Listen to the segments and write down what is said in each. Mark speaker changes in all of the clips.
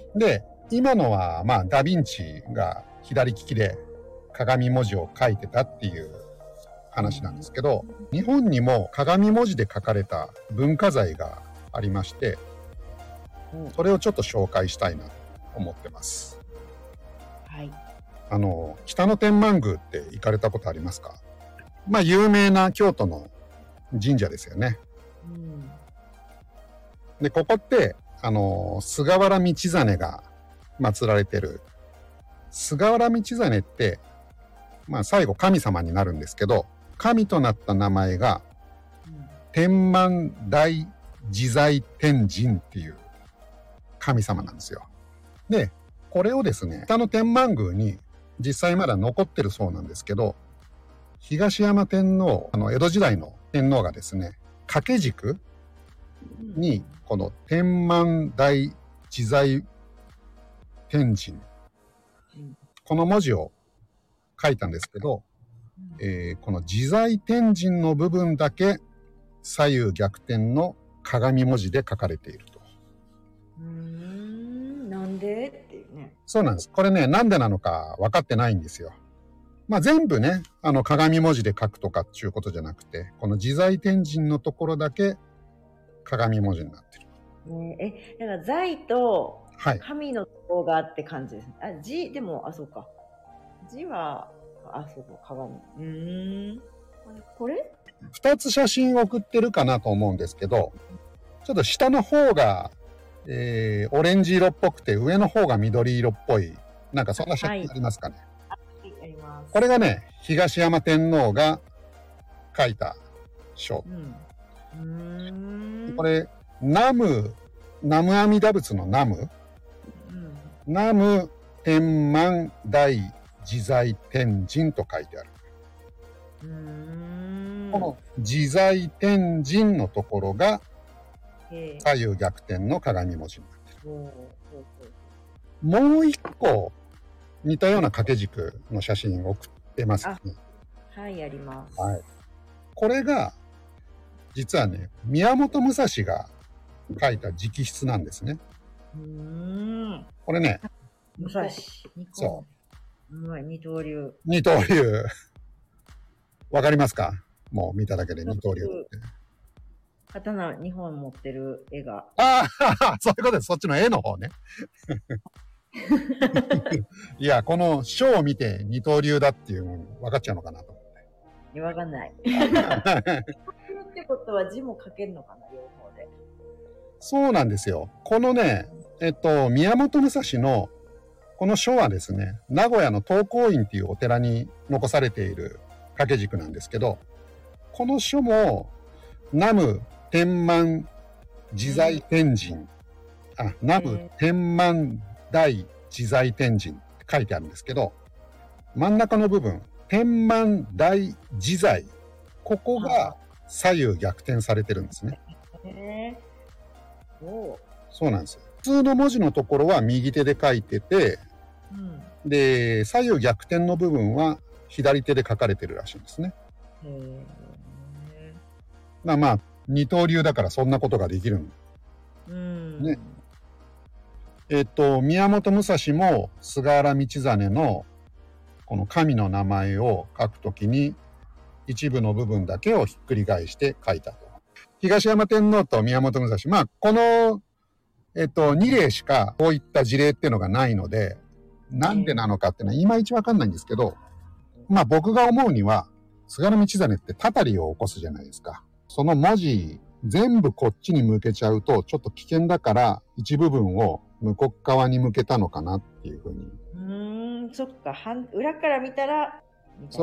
Speaker 1: で、今のは、まあ、ダヴィンチが左利きで鏡文字を書いてたっていう話なんですけど、日本にも鏡文字で書かれた文化財がありまして、それをちょっと紹介したいなと思ってます。
Speaker 2: はい。
Speaker 1: 北野天満宮って行かれたことありますか？まあ、有名な京都の神社ですよね。で、ここって、菅原道真が祀られてる。菅原道真って、まあ、最後神様になるんですけど、神となった名前が、天満大自在天神っていう神様なんですよ。で、これをですね、北野天満宮に実際まだ残ってるそうなんですけど、東山天皇、江戸時代の天皇がですね、掛け軸に、この天満大自在天神、この文字を書いたんですけど、この自在天神の部分だけ左右逆転の鏡文字で書かれていると。
Speaker 2: なんでっていうね。
Speaker 1: そうなんです。これね、なんでなのか分かってないんですよ。まあ全部ね、鏡文字で書くとかっていうことじゃなくて、この自在天神のところだけ鏡文字になってる。
Speaker 2: だから財と神のところがあって感じですね。
Speaker 1: はい、
Speaker 2: 字、でも、そうか。字は、そうか、鏡。これ
Speaker 1: 2つ写真を送ってるかなと思うんですけど、ちょっと下の方が、オレンジ色っぽくて、上の方が緑色っぽい、なんかそんな写真ありますかね。
Speaker 2: はい、あります。
Speaker 1: これがね、東山天皇が書いた書。これ、南無阿弥陀仏の南無、南無天満大自在天神と書いてある。この自在天神のところが左右逆転の鏡文字になってる。もう一個似たような掛け軸の写真を送ってますね。
Speaker 2: はい、あります。
Speaker 1: はい。これが実はね、宮本武蔵が書いた直筆なんですね。これね、
Speaker 2: 武蔵。
Speaker 1: そう。
Speaker 2: 二刀流。
Speaker 1: 二刀流。わかりますか？もう見ただけで二刀流って。
Speaker 2: 刀2本持ってる絵が。
Speaker 1: そういうことです。そっちの絵の方ね。いや、この書を見て二刀流だっていうの分かっちゃうのかなと思って。
Speaker 2: わかんない。ってことは字も書けるのかな、両方で。
Speaker 1: そうなんですよ。このね、宮本武蔵のこの書はですね、名古屋の東光院っていうお寺に残されている掛け軸なんですけど、この書も南無天満自在天神、南無天満大自在天神って書いてあるんですけど、真ん中の部分、天満大自在、ここが左右逆転されてるんですね。そうなんですよ。普通の文字のところは右手で書いてて、で、左右逆転の部分は左手で書かれてるらしいんですね。まあ、二刀流だからそんなことができるね。宮本武蔵も菅原道真のこの神の名前を書くときに一部の部分だけをひっくり返して書いたと。東山天皇と宮本武蔵、まあ、この、2例しかこういった事例っていうのがないので、なんでなのかっていうのはいまいちわかんないんですけど、まあ僕が思うには、菅原道真ってたたりを起こすじゃないですか。その文字全部こっちに向けちゃうとちょっと危険だから一部分を向こう側に向けたのかなっていうふうに。
Speaker 2: そっか。裏から見たら。
Speaker 1: そう。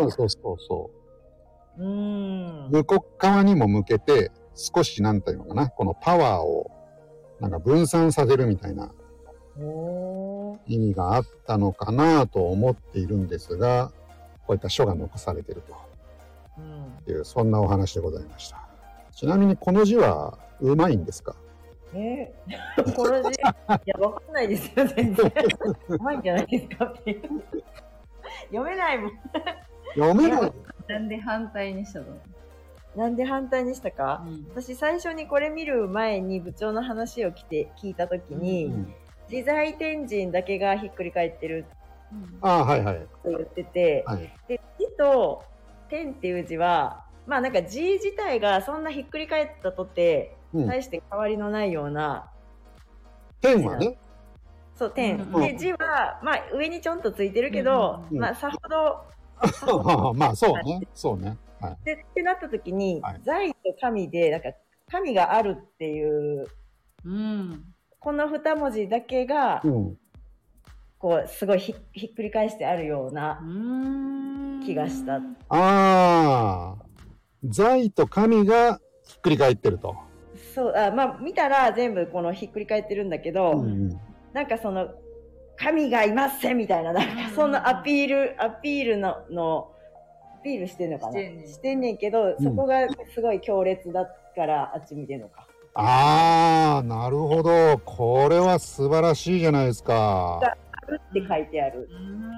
Speaker 1: 向こう側にも向けて少しなんていうのかな、このパワーをなんか分散させるみたいな意味があったのかなと思っているんですが、こういった書が残されているという、そんなお話でございました。ちなみにこの字はうまいんですか？
Speaker 2: この字、いや、わかんないですよ、全然。うまいんじゃないですかっていう。読めないもん。
Speaker 1: 読めない。
Speaker 3: なんで反対にしたの？
Speaker 2: なんで反対にしたか、私最初にこれ見る前に部長の話を聞いたときに、 自在天神だけがひっくり返ってる
Speaker 1: ああ、はいはい。
Speaker 2: と言ってて、
Speaker 1: はい。
Speaker 2: で字と天っていう字はまあなんか字自体がそんなひっくり返ったとて
Speaker 1: うん。
Speaker 2: 大して変わりのないような、
Speaker 1: 天はね。
Speaker 2: そう天、
Speaker 3: うん
Speaker 2: で字はまあ上にちょんとついてるけど、
Speaker 1: うん
Speaker 2: まあさほど
Speaker 1: まあ、そうね。そうね。はい。
Speaker 2: でってなった時に、
Speaker 1: はい
Speaker 2: 財と神でなんか神があるっていう
Speaker 3: うん。
Speaker 2: この2文字だけが、
Speaker 1: うん。
Speaker 2: こうすごいひっくり返してあるような気がした。
Speaker 1: ああ、財と神がひっくり返ってると。
Speaker 2: そうまあ見たら全部このひっくり返ってるんだけど、
Speaker 1: うん。
Speaker 2: なんかその神がいますせみたいな、なんかそんなアピールのアピールしてんのかなしてんねんけど、そこがすごい強烈だからあっち見てんのか。
Speaker 1: ああ、なるほど。これは素晴らしいじゃないですか。
Speaker 2: あるって書いてある。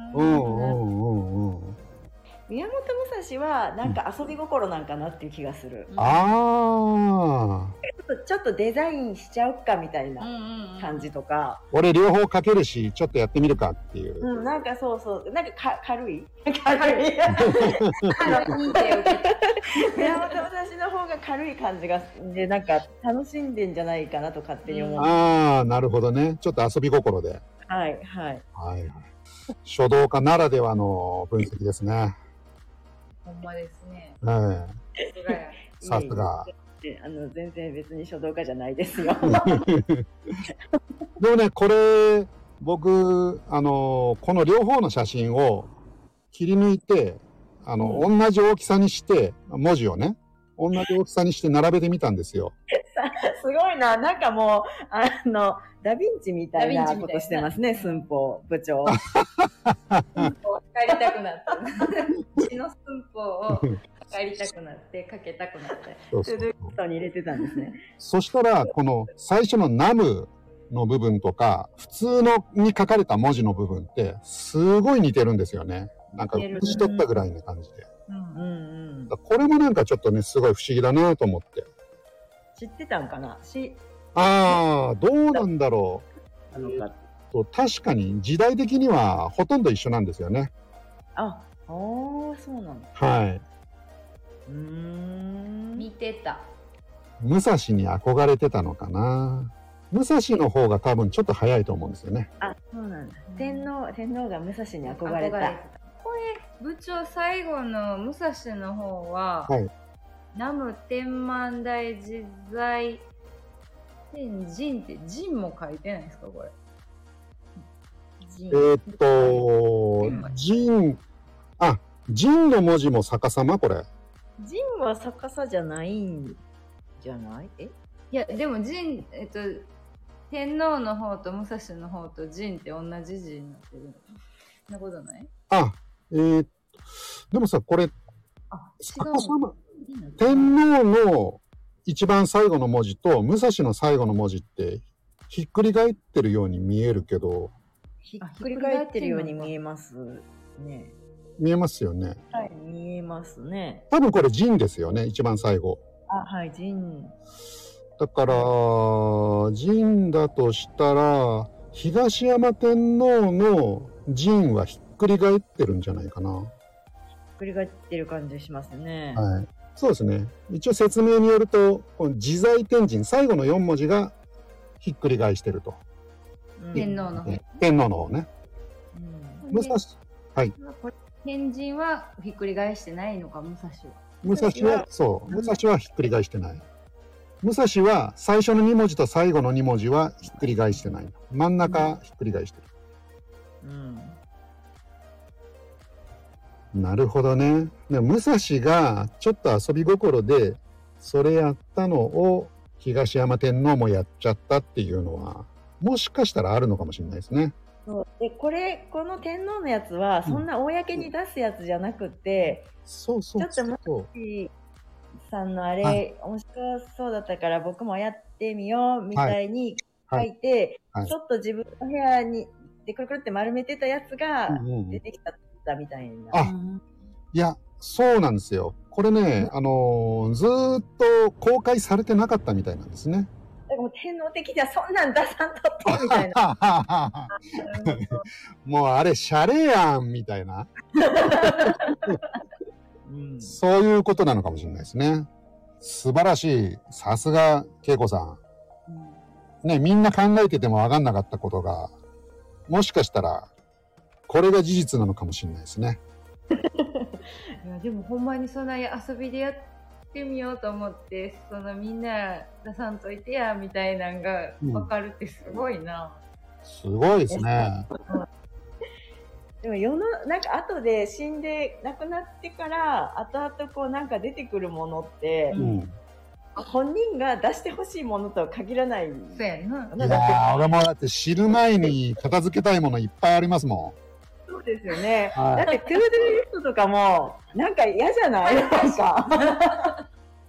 Speaker 2: 宮本武蔵はなんか遊び心なんかなっていう気がする。
Speaker 1: ああ、
Speaker 2: ちょっとデザインしちゃおっかみたいな感じとか、
Speaker 1: 俺両方書けるし、ちょっとやってみるかっていう。
Speaker 2: なんかそうなんか軽い宮本武蔵の方が軽い感じがで、なんか楽しんでんじゃないかなと勝手に思う。
Speaker 1: ああ、なるほどね。ちょっと遊び心で。
Speaker 2: はいはい。
Speaker 1: はいはい。書道家ならではの分析ですね。
Speaker 3: ほんまですね。
Speaker 1: は
Speaker 3: さすがや。
Speaker 1: い。さすが。
Speaker 2: 全然別に書道家じゃないですよ。
Speaker 1: でもね、これ、僕、この両方の写真を切り抜いて、同じ大きさにして、文字をね、同じ大きさにして並べてみたんですよ。
Speaker 2: すごいな、なんかもう、ダヴィンチみたいなことしてますね、寸法部長。
Speaker 3: 寸法帰りたくなって。血の寸法を帰りたくなって、かけたくなって。
Speaker 1: そうそう
Speaker 2: トゥードゥリストに入れてたんですね。
Speaker 1: そしたら、この最初のナムの部分とか、普通のに書かれた文字の部分って、すごい似てるんですよね。なんか、写し取ったぐらいな感じで。これもなんかちょっとね、すごい不思議だなと思って。
Speaker 2: 知ってたんかな
Speaker 1: ああ、どうなんだろう。確かに時代的にはほとんど一緒なんですよね。
Speaker 2: そうなんだ。
Speaker 1: はい。
Speaker 3: 見てた。
Speaker 1: 武蔵に憧れてたのかな。武蔵の方が多分ちょっと早いと思うんですよね。
Speaker 2: そうなんだ。天皇が武蔵に憧れた。
Speaker 3: これ、部長最後の武蔵の方は、
Speaker 1: はい。
Speaker 3: 南無天満大自在天神って神も書いてないですかこれ。
Speaker 1: 神の文字も逆さまこれ。
Speaker 2: 神は逆さじゃないんじゃない？
Speaker 3: いやでも神天皇の方と武蔵の方と神って同じ字になってるの。そんなことない？
Speaker 1: でもさこれ
Speaker 3: 逆さま。
Speaker 1: 天皇の一番最後の文字と武蔵の最後の文字ってひっくり返ってるように見えるけど、
Speaker 2: ひっくり返ってるように見えますね。
Speaker 1: 見えますよね。
Speaker 2: はい、見えますね。
Speaker 1: 多分これ神ですよね、一番最後。
Speaker 2: はい、神。
Speaker 1: だから神だとしたら東山天皇の神はひっくり返ってるんじゃないかな。
Speaker 2: ひっくり返ってる感じしますね。
Speaker 1: はい。そうですね。一応説明によると、この自在天神、最後の4文字がひっくり返してると。
Speaker 3: 天皇の方。
Speaker 1: 天皇の方ね。武蔵、はい。
Speaker 3: 天神はひっくり返してないのか、武蔵は。
Speaker 1: 武蔵は、そう。武蔵はひっくり返してない。武蔵は最初の2文字と最後の2文字はひっくり返してない。真ん中ひっくり返してる。なるほどね。で武蔵がちょっと遊び心でそれやったのを東山天皇もやっちゃったっていうのはもしかしたらあるのかもしれないですね。
Speaker 2: そうでこの天皇のやつはそんな公に出すやつじゃなくて、ちょっと武蔵さんのあれ面白そうだったから僕もやってみようみたいに書いて、ちょっと自分の部屋にでくるくるって丸めてたやつが出てきた。みたいな。
Speaker 1: いや、そうなんですよ。これね、ずーっと公開されてなかったみたいなんですね。
Speaker 2: だもう天皇的じゃそんなん出さんとってみたいな。
Speaker 1: もうあれシャレやんみたいな、そういうことなのかもしれないですね。素晴らしい。さすが恵子さん、ね、みんな考えてても分かんなかったことが、もしかしたらこれが事実なのかもしれないですね。
Speaker 3: いやでもほんまにそんな遊びでやってみようと思って、そのみんな出さんといてやみたいなのが分かるってすごいな。
Speaker 1: すごいですね。
Speaker 2: でもなんか後で死んで亡くなってから後々こうなんか出てくるものって、本人が出してほしいものとは限らない。
Speaker 3: そうやな。
Speaker 1: いや俺もだって知る前に片付けたいものいっぱいありますもん。
Speaker 2: そうですよね。だってトゥードゥーリストとかもなんか嫌じゃない？なんか。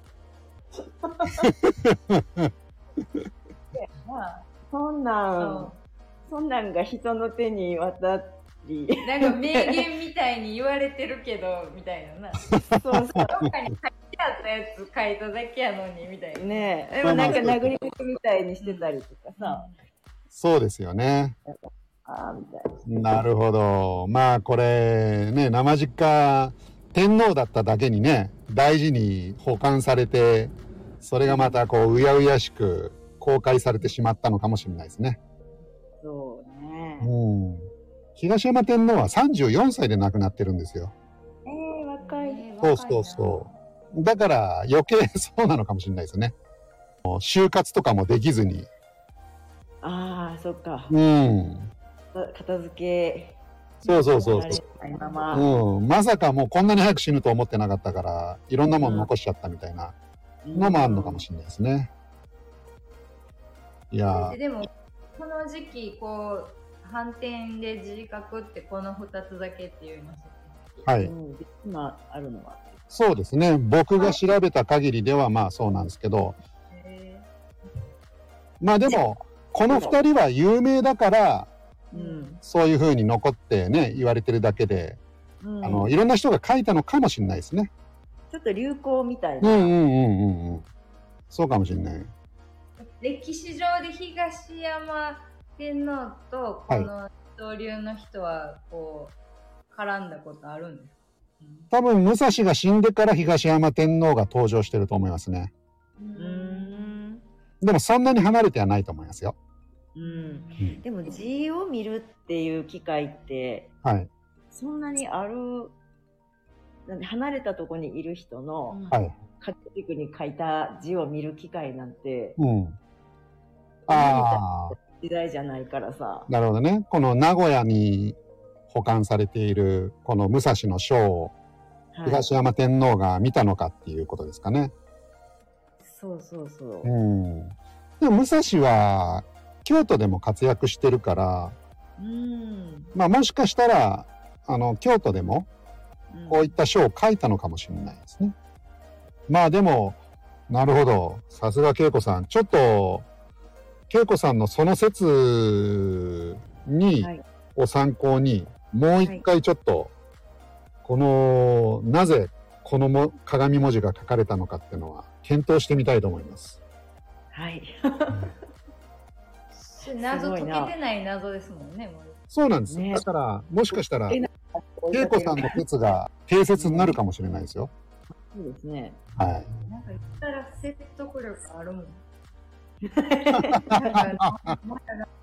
Speaker 2: まあそんなんが人の手に渡って。
Speaker 3: なんか名言みたいに言われてるけどみたいなな。そうどっかに書いてあったやつ書いただけやのにみたいな
Speaker 2: ね。でもなんか殴り口みたいにしてたりとかさ。
Speaker 1: そうですよね。
Speaker 2: みたい
Speaker 1: なるほど。まあこれね、生実家天皇だっただけにね、大事に保管されて、それがまたこううやうやしく公開されてしまったのかもしれないですね。
Speaker 2: そうね。
Speaker 1: 東山天皇は34歳で亡くなってるんですよ。
Speaker 2: 若い。
Speaker 1: そう。だから余計そうなのかもしれないですね。就活とかもできずに。
Speaker 2: そっか。片付け。
Speaker 1: そう。まさかもうこんなに早く死ぬと思ってなかったから、いろんなもの残しちゃったみたいなのもあるのかもしれないですね。いや。
Speaker 3: でもこの時期こう。反転で自覚ってこの2つだけって言います。
Speaker 1: はい。
Speaker 2: 今あるのは。
Speaker 1: そうですね。僕が調べた限りではまあそうなんですけど。まあでもこの2人は有名だから、そういう風に残ってね言われてるだけで、いろんな人が書いたのかもしれないですね。
Speaker 2: ちょっと流行みたいな。
Speaker 1: そうかもしれない。
Speaker 3: 歴史上で東山天皇とこの二刀流の人はこう絡んだことあるんですか？
Speaker 1: 多分武蔵が死んでから東山天皇が登場してると思いますね。でもそんなに離れてはないと思いますよ。
Speaker 2: でも字を見るっていう機会って、そんなにある、離れたところにいる人の書き軸に書いた字を見る機会なんて、時代じゃないからさ。
Speaker 1: なるほどね。この名古屋に保管されているこの武蔵の書を東山天皇が見たのかっていうことですかね。
Speaker 2: そう。
Speaker 1: でも武蔵は京都でも活躍してるから、まあもしかしたら京都でもこういった書を書いたのかもしれないですね。まあでもなるほど。さすが恵子さん。ちょっと恵子さんのその説に、を参考にもう一回ちょっと、このなぜこの鏡文字が書かれたのかっていうのは検討してみたいと思います。
Speaker 2: はい。
Speaker 3: 謎解けてない謎ですもんね。
Speaker 1: そうなんです。だからもしかしたら恵子さんの説が定説になるかもしれないですよ。
Speaker 2: そうですね。
Speaker 3: なんか言ったら説得力あるもん。なんかまだ